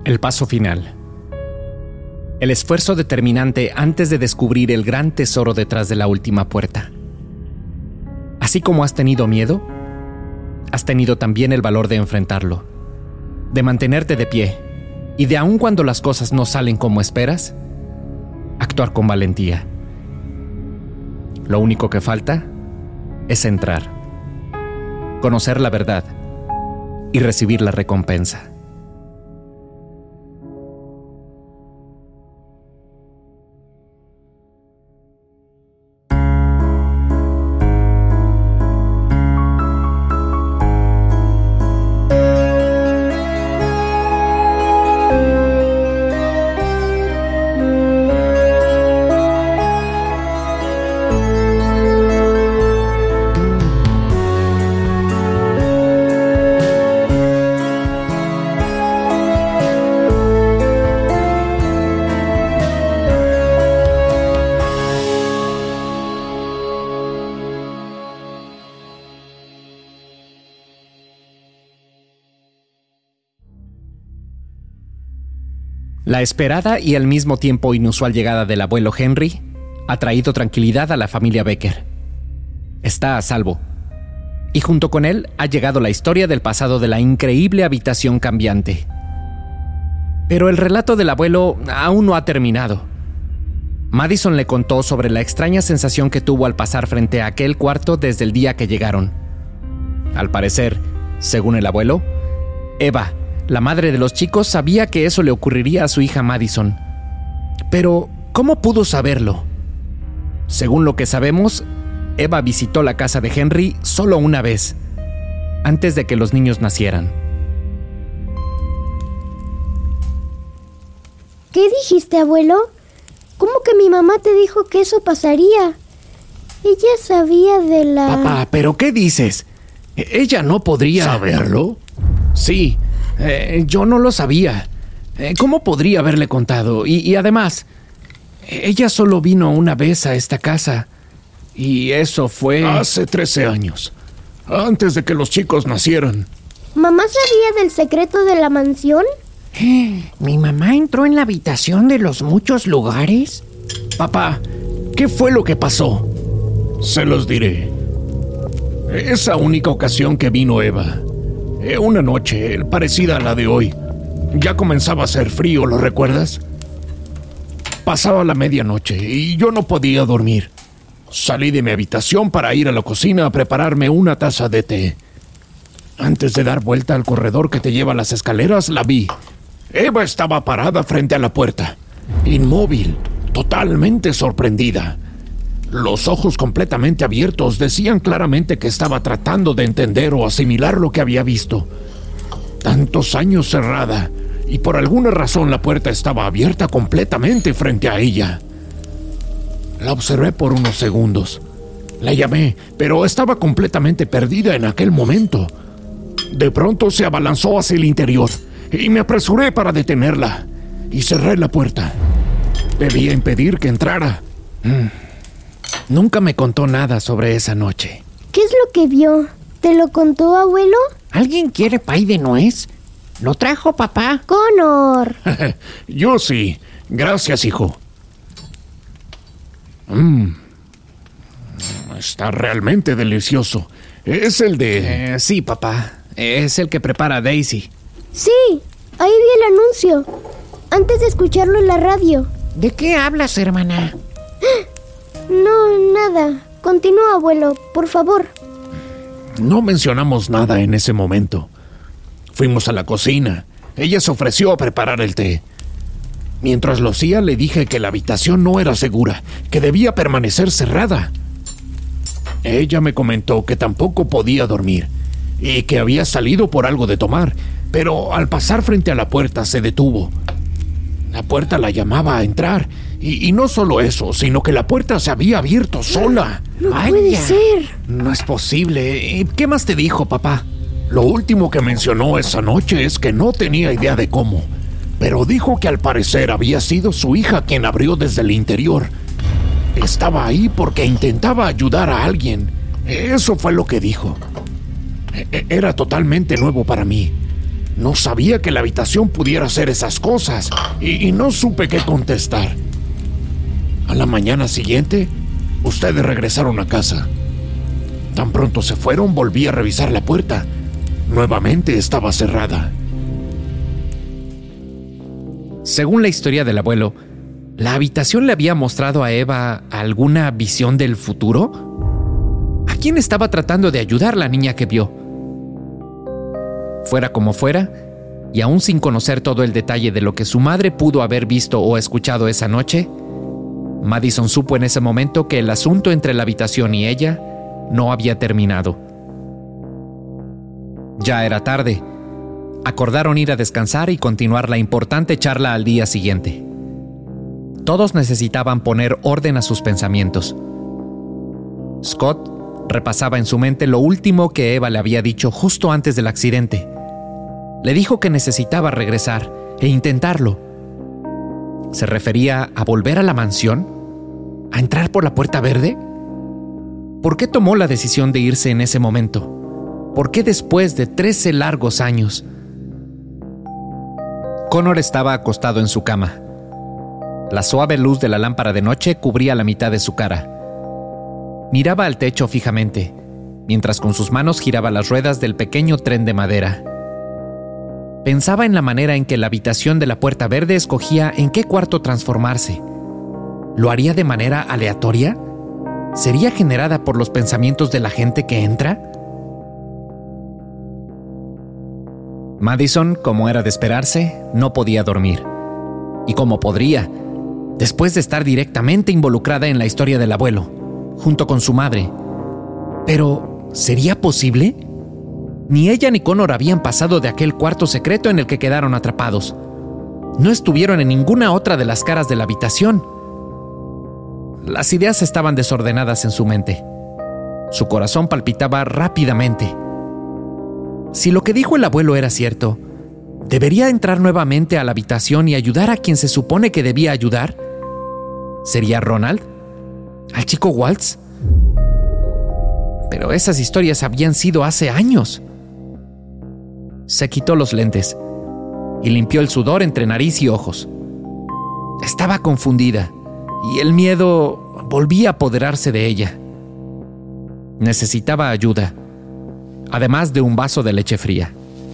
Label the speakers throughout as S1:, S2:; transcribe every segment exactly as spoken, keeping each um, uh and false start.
S1: El paso final. El esfuerzo determinante antes de descubrir el gran tesoro detrás de la última puerta. Así como has tenido miedo, has tenido también el valor de enfrentarlo, de mantenerte de pie y de aun cuando las cosas no salen como esperas, actuar con valentía. Lo único que falta es entrar, conocer la verdad y recibir la recompensa. La esperada y al mismo tiempo inusual llegada del abuelo Henry ha traído tranquilidad a la familia Becker. Está a salvo. Y junto con él ha llegado la historia del pasado de la increíble habitación cambiante. Pero el relato del abuelo aún no ha terminado. Madison le contó sobre la extraña sensación que tuvo al pasar frente a aquel cuarto desde el día que llegaron. Al parecer, según el abuelo, Eva, la madre de los chicos, sabía que eso le ocurriría a su hija Madison. Pero, ¿cómo pudo saberlo? Según lo que sabemos, Eva visitó la casa de Henry solo una vez, antes de que los niños nacieran.
S2: ¿Qué dijiste, abuelo? ¿Cómo que mi mamá te dijo que eso pasaría? Ella sabía de la...
S3: Papá, ¿pero qué dices? ¿Ella no podría...
S4: ¿Saberlo?
S3: Sí, eh, yo no lo sabía. Eh, ¿Cómo podría haberle contado? Y, y además, ella solo vino una vez a esta casa. Y eso fue...
S4: Hace trece años. Antes de que los chicos nacieran.
S2: ¿Mamá sabía del secreto de la mansión?
S5: ¿Mi mamá entró en la habitación de los muchos lugares?
S3: Papá, ¿qué fue lo que pasó?
S4: Se los diré. Esa única ocasión que vino Eva, una noche parecida a la de hoy, ya comenzaba a hacer frío, ¿lo recuerdas? Pasaba la medianoche y yo no podía dormir. Salí de mi habitación para ir a la cocina a prepararme una taza de té. Antes de dar vuelta al corredor que te lleva a las escaleras, la vi. Eva estaba parada frente a la puerta, inmóvil, totalmente sorprendida. Los ojos completamente abiertos decían claramente que estaba tratando de entender o asimilar lo que había visto. Tantos años cerrada, y por alguna razón la puerta estaba abierta completamente frente a ella. La observé por unos segundos. La llamé, pero estaba completamente perdida en aquel momento. De pronto se abalanzó hacia el interior y me apresuré para detenerla y cerré la puerta. Debía impedir que entrara.
S3: Mm. Nunca me contó nada sobre esa noche.
S2: ¿Qué es lo que vio? ¿Te lo contó, abuelo?
S5: ¿Alguien quiere pay de nuez? ¿Lo trajo, papá?
S2: ¡Connor!
S4: Yo sí. Gracias, hijo. Mmm. Está realmente delicioso. Es el de...
S3: Eh, sí, papá. Es el que prepara Daisy.
S2: Sí, ahí vi el anuncio. Antes de escucharlo en la radio.
S5: ¿De qué hablas, hermana?
S2: No, nada. Continúa, abuelo, por favor.
S4: No mencionamos nada en ese momento. Fuimos a la cocina. Ella se ofreció a preparar el té. Mientras lo hacía, le dije que la habitación no era segura, que debía permanecer cerrada. Ella me comentó que tampoco podía dormir y que había salido por algo de tomar, pero al pasar frente a la puerta se detuvo. La puerta la llamaba a entrar y, y no solo eso, sino que la puerta se había abierto sola.
S2: No
S3: Vaya,
S2: puede ser.
S3: No es posible. ¿Qué más te dijo, papá?
S4: Lo último que mencionó esa noche es que no tenía idea de cómo, pero dijo que al parecer había sido su hija quien abrió desde el interior. Estaba ahí porque intentaba ayudar a alguien. Eso fue lo que dijo. Era totalmente nuevo para mí. No sabía que la habitación pudiera hacer esas cosas y, y no supe qué contestar. A la mañana siguiente, ustedes regresaron a casa. Tan pronto se fueron, volví a revisar la puerta. Nuevamente estaba cerrada.
S1: Según la historia del abuelo, ¿la habitación le había mostrado a Eva alguna visión del futuro? ¿A quién estaba tratando de ayudar la niña que vio? Fuera como fuera, y aún sin conocer todo el detalle de lo que su madre pudo haber visto o escuchado esa noche, Madison supo en ese momento que el asunto entre la habitación y ella no había terminado. Ya era tarde. Acordaron ir a descansar y continuar la importante charla al día siguiente. Todos necesitaban poner orden a sus pensamientos. Scott repasaba en su mente lo último que Eva le había dicho justo antes del accidente. Le dijo que necesitaba regresar e intentarlo. ¿Se refería a volver a la mansión? ¿A entrar por la puerta verde? ¿Por qué tomó la decisión de irse en ese momento? ¿Por qué después de trece largos años? Connor estaba acostado en su cama. La suave luz de la lámpara de noche cubría la mitad de su cara. Miraba al techo fijamente, mientras con sus manos giraba las ruedas del pequeño tren de madera. Pensaba en la manera en que la habitación de la Puerta Verde escogía en qué cuarto transformarse. ¿Lo haría de manera aleatoria? ¿Sería generada por los pensamientos de la gente que entra? Madison, como era de esperarse, no podía dormir. ¿Y cómo podría? Después de estar directamente involucrada en la historia del abuelo, junto con su madre. Pero, ¿sería posible? Ni ella ni Connor habían pasado de aquel cuarto secreto en el que quedaron atrapados. No estuvieron en ninguna otra de las caras de la habitación. Las ideas estaban desordenadas en su mente. Su corazón palpitaba rápidamente. Si lo que dijo el abuelo era cierto, ¿debería entrar nuevamente a la habitación y ayudar a quien se supone que debía ayudar? ¿Sería Ronald? ¿Al chico Waltz? Pero esas historias habían sido hace años. Se quitó los lentes y limpió el sudor entre nariz y ojos. Estaba confundida y el miedo volvía a apoderarse de ella. Necesitaba ayuda, además de un vaso de leche fría.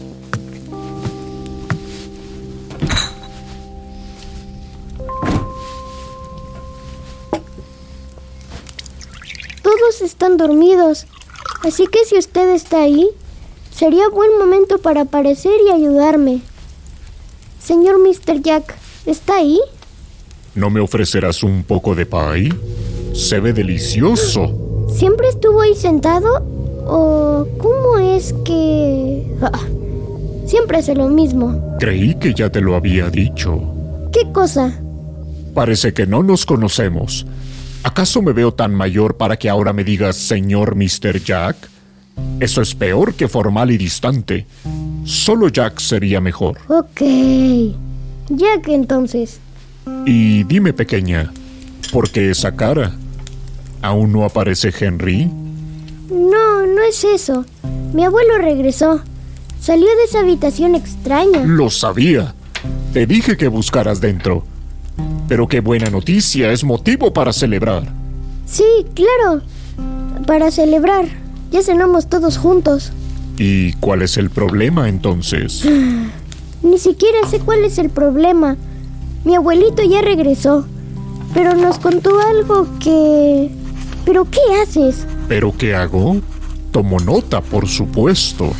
S2: Todos están dormidos, así que si usted está ahí, sería buen momento para aparecer y ayudarme. Señor mister Jack, ¿está ahí?
S4: ¿No me ofrecerás un poco de pie? Se ve delicioso.
S2: ¿Siempre estuvo ahí sentado? ¿O cómo es que...? Ah, siempre hace lo mismo.
S4: Creí que ya te lo había dicho.
S2: ¿Qué cosa?
S4: Parece que no nos conocemos. ¿Acaso me veo tan mayor para que ahora me digas señor mister Jack? Eso es peor que formal y distante. Solo Jack sería mejor.
S2: Ok. Jack, entonces.
S4: Y dime, pequeña, ¿por qué esa cara? ¿Aún no aparece Henry?
S2: No, no es eso. Mi abuelo regresó. Salió de esa habitación extraña.
S4: Lo sabía. Te dije que buscaras dentro. Pero qué buena noticia, es motivo para celebrar.
S2: Sí, claro. Para celebrar. Ya cenamos todos juntos.
S4: ¿Y cuál es el problema entonces?
S2: Ni siquiera sé cuál es el problema. Mi abuelito ya regresó, pero nos contó algo que... ¿Pero qué haces?
S4: ¿Pero qué hago? Tomo nota, por supuesto.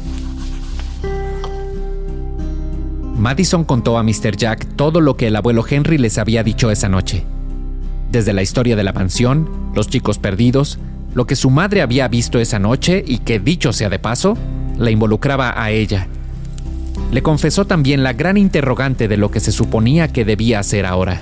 S1: Madison contó a mister Jack todo lo que el abuelo Henry les había dicho esa noche. Desde la historia de la mansión, los chicos perdidos, lo que su madre había visto esa noche y que, dicho sea de paso, la involucraba a ella. Le confesó también la gran interrogante de lo que se suponía que debía hacer ahora.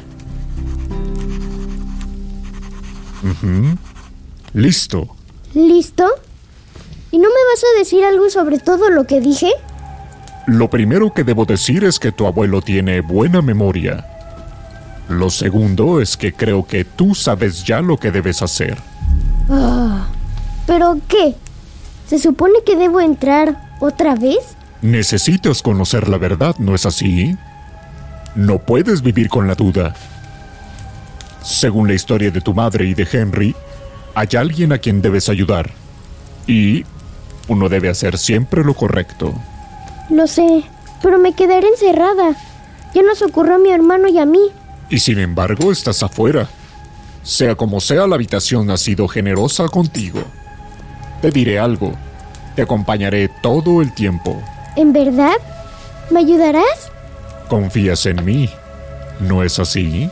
S4: Uh-huh. Listo.
S2: ¿Listo? ¿Y no me vas a decir algo sobre todo lo que dije?
S4: Lo primero que debo decir es que tu abuelo tiene buena memoria. Lo segundo es que creo que tú sabes ya lo que debes hacer.
S2: Oh, ¿pero qué? ¿Se supone que debo entrar otra vez?
S4: Necesitas conocer la verdad, ¿no es así? No puedes vivir con la duda. Según la historia de tu madre y de Henry, hay alguien a quien debes ayudar. Y uno debe hacer siempre lo correcto.
S2: Lo sé, pero me quedaré encerrada. Ya nos ocurrió a mi hermano y a mí.
S4: Y sin embargo, estás afuera. Sea como sea, la habitación ha sido generosa contigo. Te diré algo. Te acompañaré todo el tiempo.
S2: ¿En verdad? ¿Me ayudarás?
S4: Confías en mí, ¿no es así?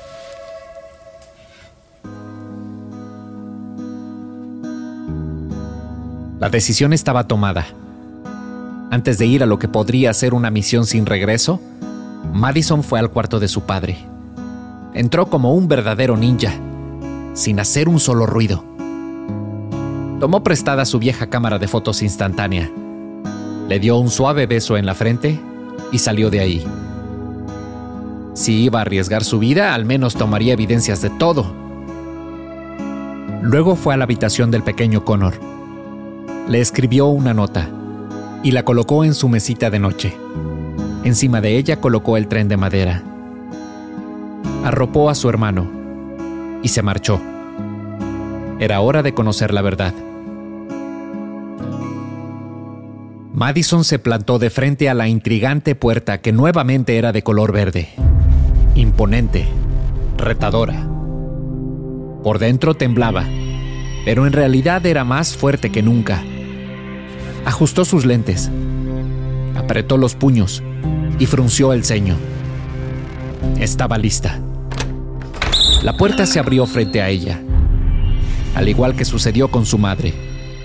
S1: La decisión estaba tomada. Antes de ir a lo que podría ser una misión sin regreso, Madison fue al cuarto de su padre. Entró como un verdadero ninja, sin hacer un solo ruido. Tomó prestada su vieja cámara de fotos instantánea, le dio un suave beso en la frente y salió de ahí. Si iba a arriesgar su vida, al menos tomaría evidencias de todo. Luego fue a la habitación del pequeño Connor. Le escribió una nota y la colocó en su mesita de noche. Encima de ella colocó el tren de madera. Arropó a su hermano y se marchó. Era hora de conocer la verdad. Madison se plantó de frente a la intrigante puerta que nuevamente era de color verde. Imponente, retadora. Por dentro temblaba, pero en realidad era más fuerte que nunca. Ajustó sus lentes, apretó los puños y frunció el ceño. Estaba lista. La puerta se abrió frente a ella, al igual que sucedió con su madre.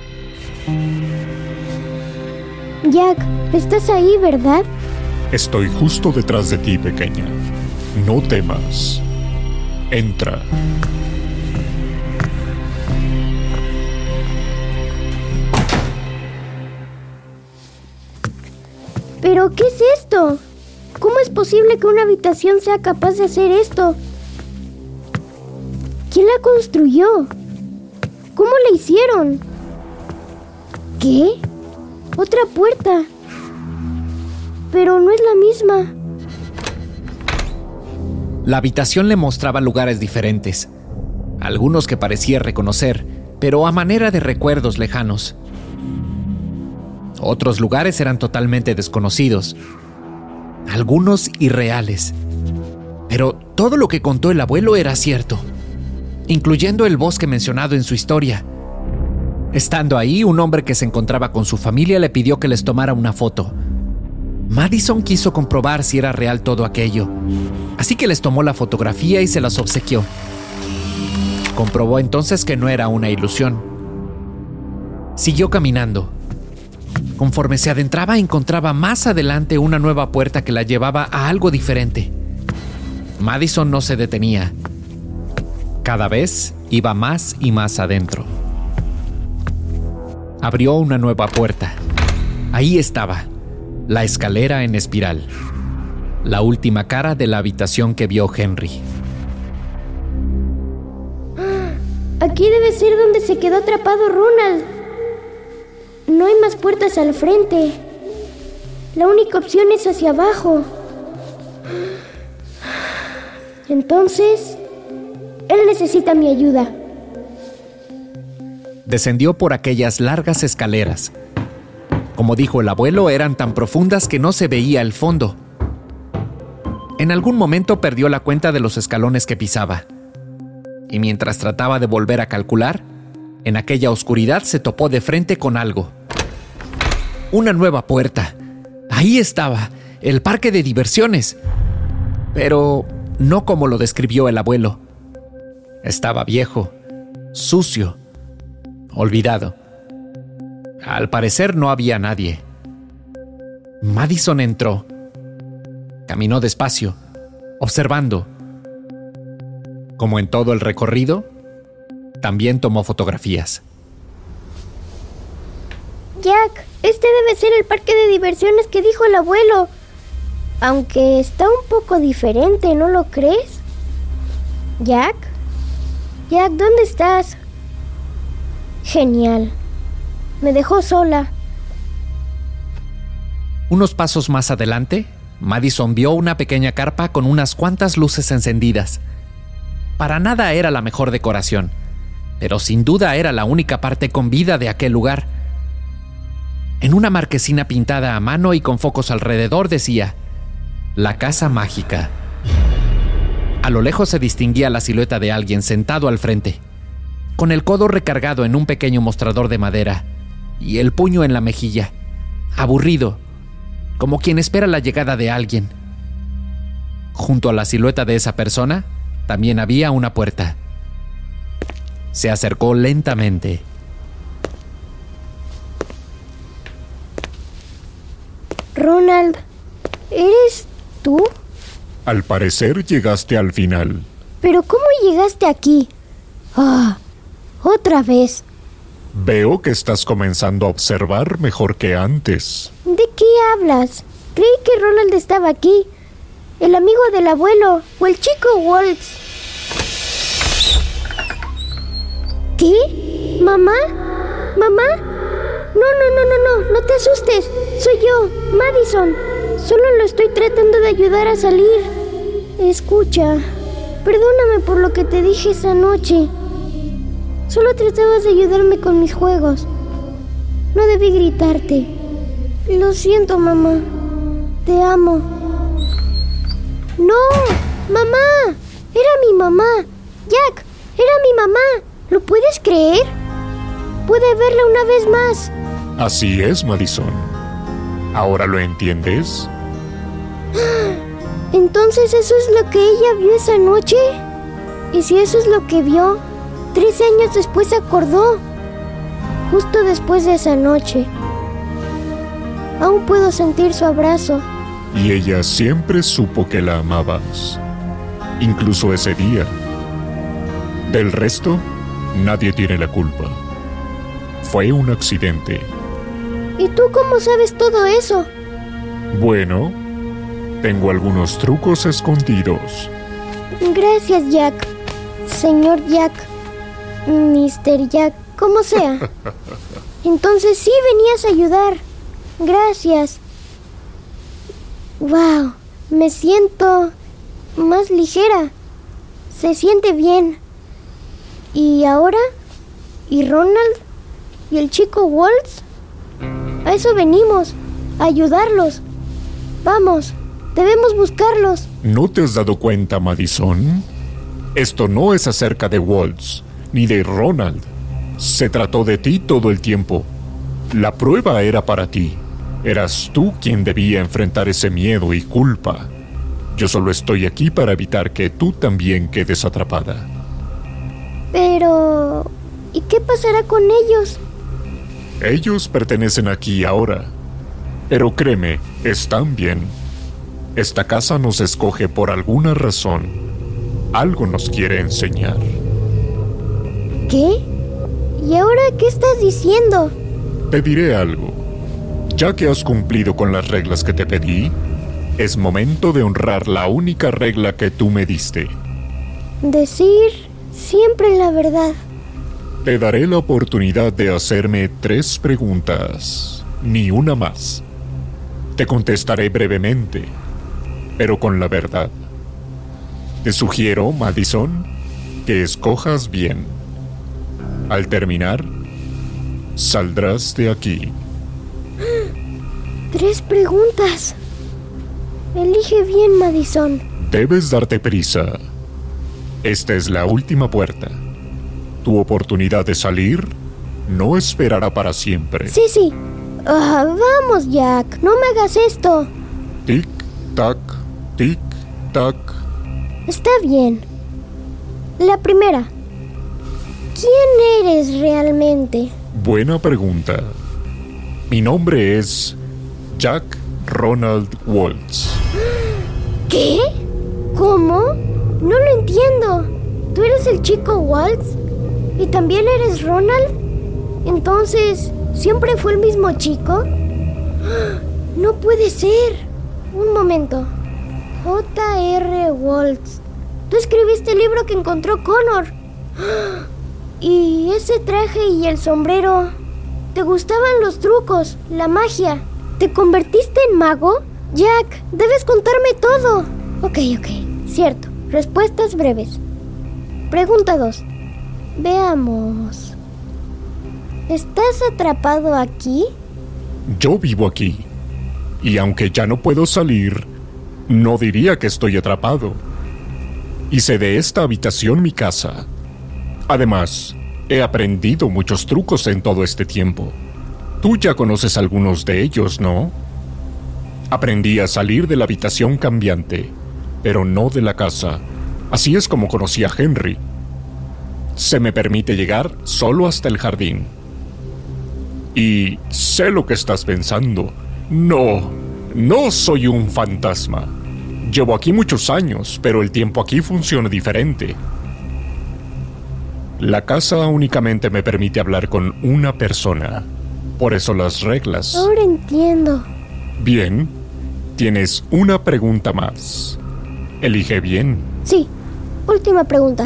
S2: Jack, estás ahí, ¿verdad?
S4: Estoy justo detrás de ti, pequeña. No temas. Entra.
S2: ¿Pero qué es esto? ¿Cómo es posible que una habitación sea capaz de hacer esto? ¿Quién la construyó? ¿Cómo la hicieron? ¿Qué? Otra puerta. Pero no es la misma.
S1: La habitación le mostraba lugares diferentes, algunos que parecía reconocer, pero a manera de recuerdos lejanos. Otros lugares eran totalmente desconocidos, algunos irreales. Pero todo lo que contó el abuelo era cierto, incluyendo el bosque mencionado en su historia. Estando ahí, un hombre que se encontraba con su familia le pidió que les tomara una foto. Madison quiso comprobar si era real todo aquello, así que les tomó la fotografía y se las obsequió. Comprobó entonces que no era una ilusión. Siguió caminando. Conforme se adentraba, encontraba más adelante una nueva puerta que la llevaba a algo diferente. Madison no se detenía. Cada vez iba más y más adentro. Abrió una nueva puerta. Ahí estaba, la escalera en espiral. La última cara de la habitación que vio Henry.
S2: Aquí debe ser donde se quedó atrapado Ronald. No hay más puertas al frente. La única opción es hacia abajo. Entonces, él necesita mi ayuda.
S1: Descendió por aquellas largas escaleras. Como dijo el abuelo, eran tan profundas que no se veía el fondo. En algún momento perdió la cuenta de los escalones que pisaba. Y mientras trataba de volver a calcular, en aquella oscuridad se topó de frente con algo. Una nueva puerta. Ahí estaba, el parque de diversiones. Pero no como lo describió el abuelo. Estaba viejo, sucio, olvidado. Al parecer no había nadie. Madison entró. Caminó despacio, observando. Como en todo el recorrido, también tomó fotografías.
S2: Jack, este debe ser el parque de diversiones que dijo el abuelo. Aunque está un poco diferente, ¿no lo crees? Jack, Jack, ¿dónde estás? Genial. Me dejó sola.
S1: Unos pasos más adelante, Madison vio una pequeña carpa con unas cuantas luces encendidas. Para nada era la mejor decoración, pero sin duda era la única parte con vida de aquel lugar. En una marquesina pintada a mano y con focos alrededor decía: La Casa Mágica. A lo lejos se distinguía la silueta de alguien sentado al frente, con el codo recargado en un pequeño mostrador de madera y el puño en la mejilla, aburrido, como quien espera la llegada de alguien. Junto a la silueta de esa persona, también había una puerta. Se acercó lentamente.
S2: Ronald, ¿eres tú?
S4: Al parecer llegaste al final.
S2: ¿Pero cómo llegaste aquí? Ah, otra vez.
S4: Veo que estás comenzando a observar mejor que antes.
S2: ¿De qué hablas? Creí que Ronald estaba aquí. El amigo del abuelo o el chico Waltz. ¿Qué? ¿Mamá? ¿Mamá? No, no, no, no, no, no te asustes. Soy yo, Madison. Solo lo estoy tratando de ayudar a salir. Escucha, perdóname por lo que te dije esa noche. Solo tratabas de ayudarme con mis juegos. No debí gritarte. Lo siento, mamá. Te amo. ¡No! ¡Mamá! Era mi mamá. Jack, era mi mamá. ¿Lo puedes creer? Pude verla una vez más.
S4: Así es, Madison. ¿Ahora lo entiendes?
S2: ¿Entonces eso es lo que ella vio esa noche? ¿Y si eso es lo que vio? Trece años después se acordó. Justo después de esa noche. Aún puedo sentir su abrazo.
S4: Y ella siempre supo que la amabas. Incluso ese día. Del resto, nadie tiene la culpa. Fue un accidente.
S2: ¿Y tú cómo sabes todo eso?
S4: Bueno, tengo algunos trucos escondidos.
S2: Gracias, Jack. Señor Jack. mister Jack, como sea. Entonces sí venías a ayudar. Gracias. Wow, me siento más ligera. Se siente bien. ¿Y ahora? ¿Y Ronald? ¿Y el chico Waltz? A eso venimos, a ayudarlos. Vamos, debemos buscarlos.
S4: ¿No te has dado cuenta, Madison? Esto no es acerca de Waltz, ni de Ronald. Se trató de ti todo el tiempo. La prueba era para ti. Eras tú quien debía enfrentar ese miedo y culpa. Yo solo estoy aquí para evitar que tú también quedes atrapada.
S2: Pero... ¿y qué pasará con ellos?
S4: Ellos pertenecen aquí ahora. Pero créeme, están bien. Esta casa nos escoge por alguna razón. Algo nos quiere enseñar.
S2: ¿Qué? ¿Y ahora qué estás diciendo?
S4: Te diré algo. Ya que has cumplido con las reglas que te pedí, es momento de honrar la única regla que tú me diste.
S2: Decir siempre la verdad.
S4: Te daré la oportunidad de hacerme tres preguntas, ni una más. Te contestaré brevemente, pero con la verdad. Te sugiero, Madison, que escojas bien. Al terminar, saldrás de aquí.
S2: Tres preguntas. Elige bien, Madison.
S4: Debes darte prisa. Esta es la última puerta. Tu oportunidad de salir no esperará para siempre.
S2: Sí, sí. Ah, vamos, Jack. No me hagas esto.
S4: Tic, tac, tic, tac.
S2: Está bien. La primera. ¿Quién eres realmente?
S4: Buena pregunta. Mi nombre es Jack Ronald Waltz.
S2: ¿Qué? ¿Cómo? No lo entiendo. ¿Tú eres el chico Waltz? ¿Y también eres Ronald? Entonces, ¿siempre fue el mismo chico? No puede ser. Un momento. J R Waltz. Tú escribiste el libro que encontró Connor. Y ese traje y el sombrero. ¿Te gustaban los trucos, la magia? ¿Te convertiste en mago? Jack, debes contarme todo. Ok, ok, cierto. Respuestas breves. Pregunta dos. Veamos. ¿Estás atrapado aquí?
S4: Yo vivo aquí. Y aunque ya no puedo salir, no diría que estoy atrapado. Hice de esta habitación mi casa. Además, he aprendido muchos trucos en todo este tiempo. Tú ya conoces algunos de ellos, ¿no? Aprendí a salir de la habitación cambiante, pero no de la casa. Así es como conocí a Henry. Se me permite llegar solo hasta el jardín. Y sé lo que estás pensando. No, no soy un fantasma. Llevo aquí muchos años, pero el tiempo aquí funciona diferente. La casa únicamente me permite hablar con una persona. Por eso las reglas.
S2: Ahora entiendo.
S4: Bien, tienes una pregunta más. Elige bien.
S2: Sí, última pregunta.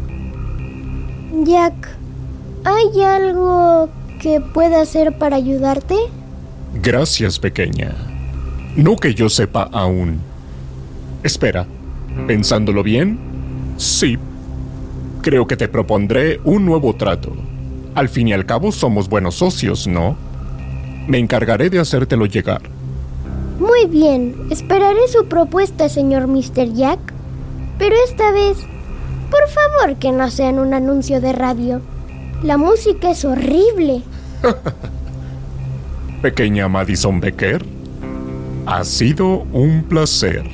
S2: Jack, ¿hay algo que pueda hacer para ayudarte?
S4: Gracias, pequeña. No que yo sepa aún. Espera, pensándolo bien, sí. Creo que te propondré un nuevo trato. Al fin y al cabo somos buenos socios, ¿no? Me encargaré de hacértelo llegar.
S2: Muy bien, esperaré su propuesta, señor mister Jack. Pero esta vez, por favor que no sea en un anuncio de radio. La música es horrible.
S4: Pequeña Madison Becker, ha sido un placer.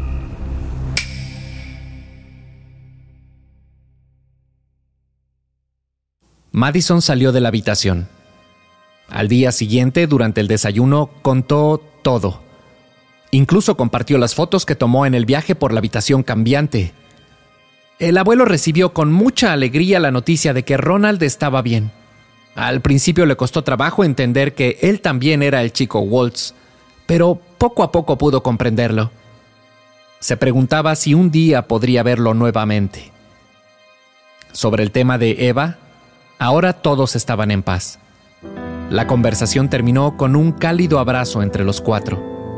S1: Madison salió de la habitación. Al día siguiente, durante el desayuno, contó todo. Incluso compartió las fotos que tomó en el viaje por la habitación cambiante. El abuelo recibió con mucha alegría la noticia de que Ronald estaba bien. Al principio le costó trabajo entender que él también era el chico Waltz, pero poco a poco pudo comprenderlo. Se preguntaba si un día podría verlo nuevamente. Sobre el tema de Eva, ahora todos estaban en paz. La conversación terminó con un cálido abrazo entre los cuatro.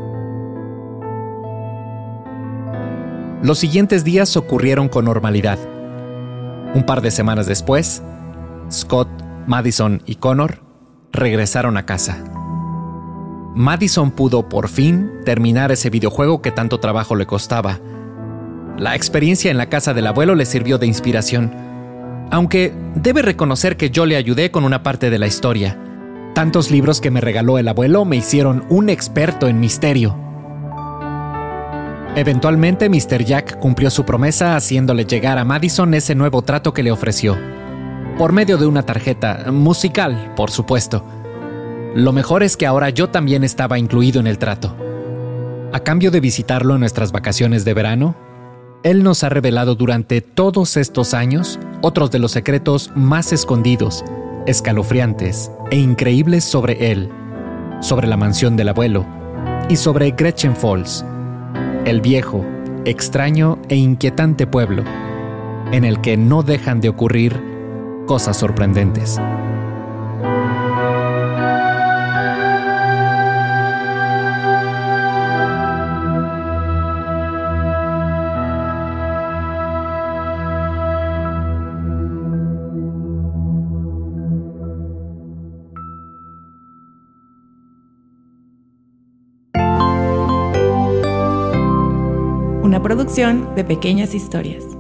S1: Los siguientes días ocurrieron con normalidad. Un par de semanas después, Scott, Madison y Connor regresaron a casa. Madison pudo por fin terminar ese videojuego que tanto trabajo le costaba. La experiencia en la casa del abuelo le sirvió de inspiración, aunque debe reconocer que yo le ayudé con una parte de la historia. Tantos libros que me regaló el abuelo me hicieron un experto en misterio. Eventualmente, mister Jack cumplió su promesa haciéndole llegar a Madison ese nuevo trato que le ofreció. Por medio de una tarjeta musical, por supuesto. Lo mejor es que ahora yo también estaba incluido en el trato. A cambio de visitarlo en nuestras vacaciones de verano, él nos ha revelado durante todos estos años otros de los secretos más escondidos, escalofriantes e increíbles sobre él, sobre la mansión del abuelo y sobre Gretchen Falls, el viejo, extraño e inquietante pueblo en el que no dejan de ocurrir cosas sorprendentes.
S6: Una producción de Pequeñas Historias.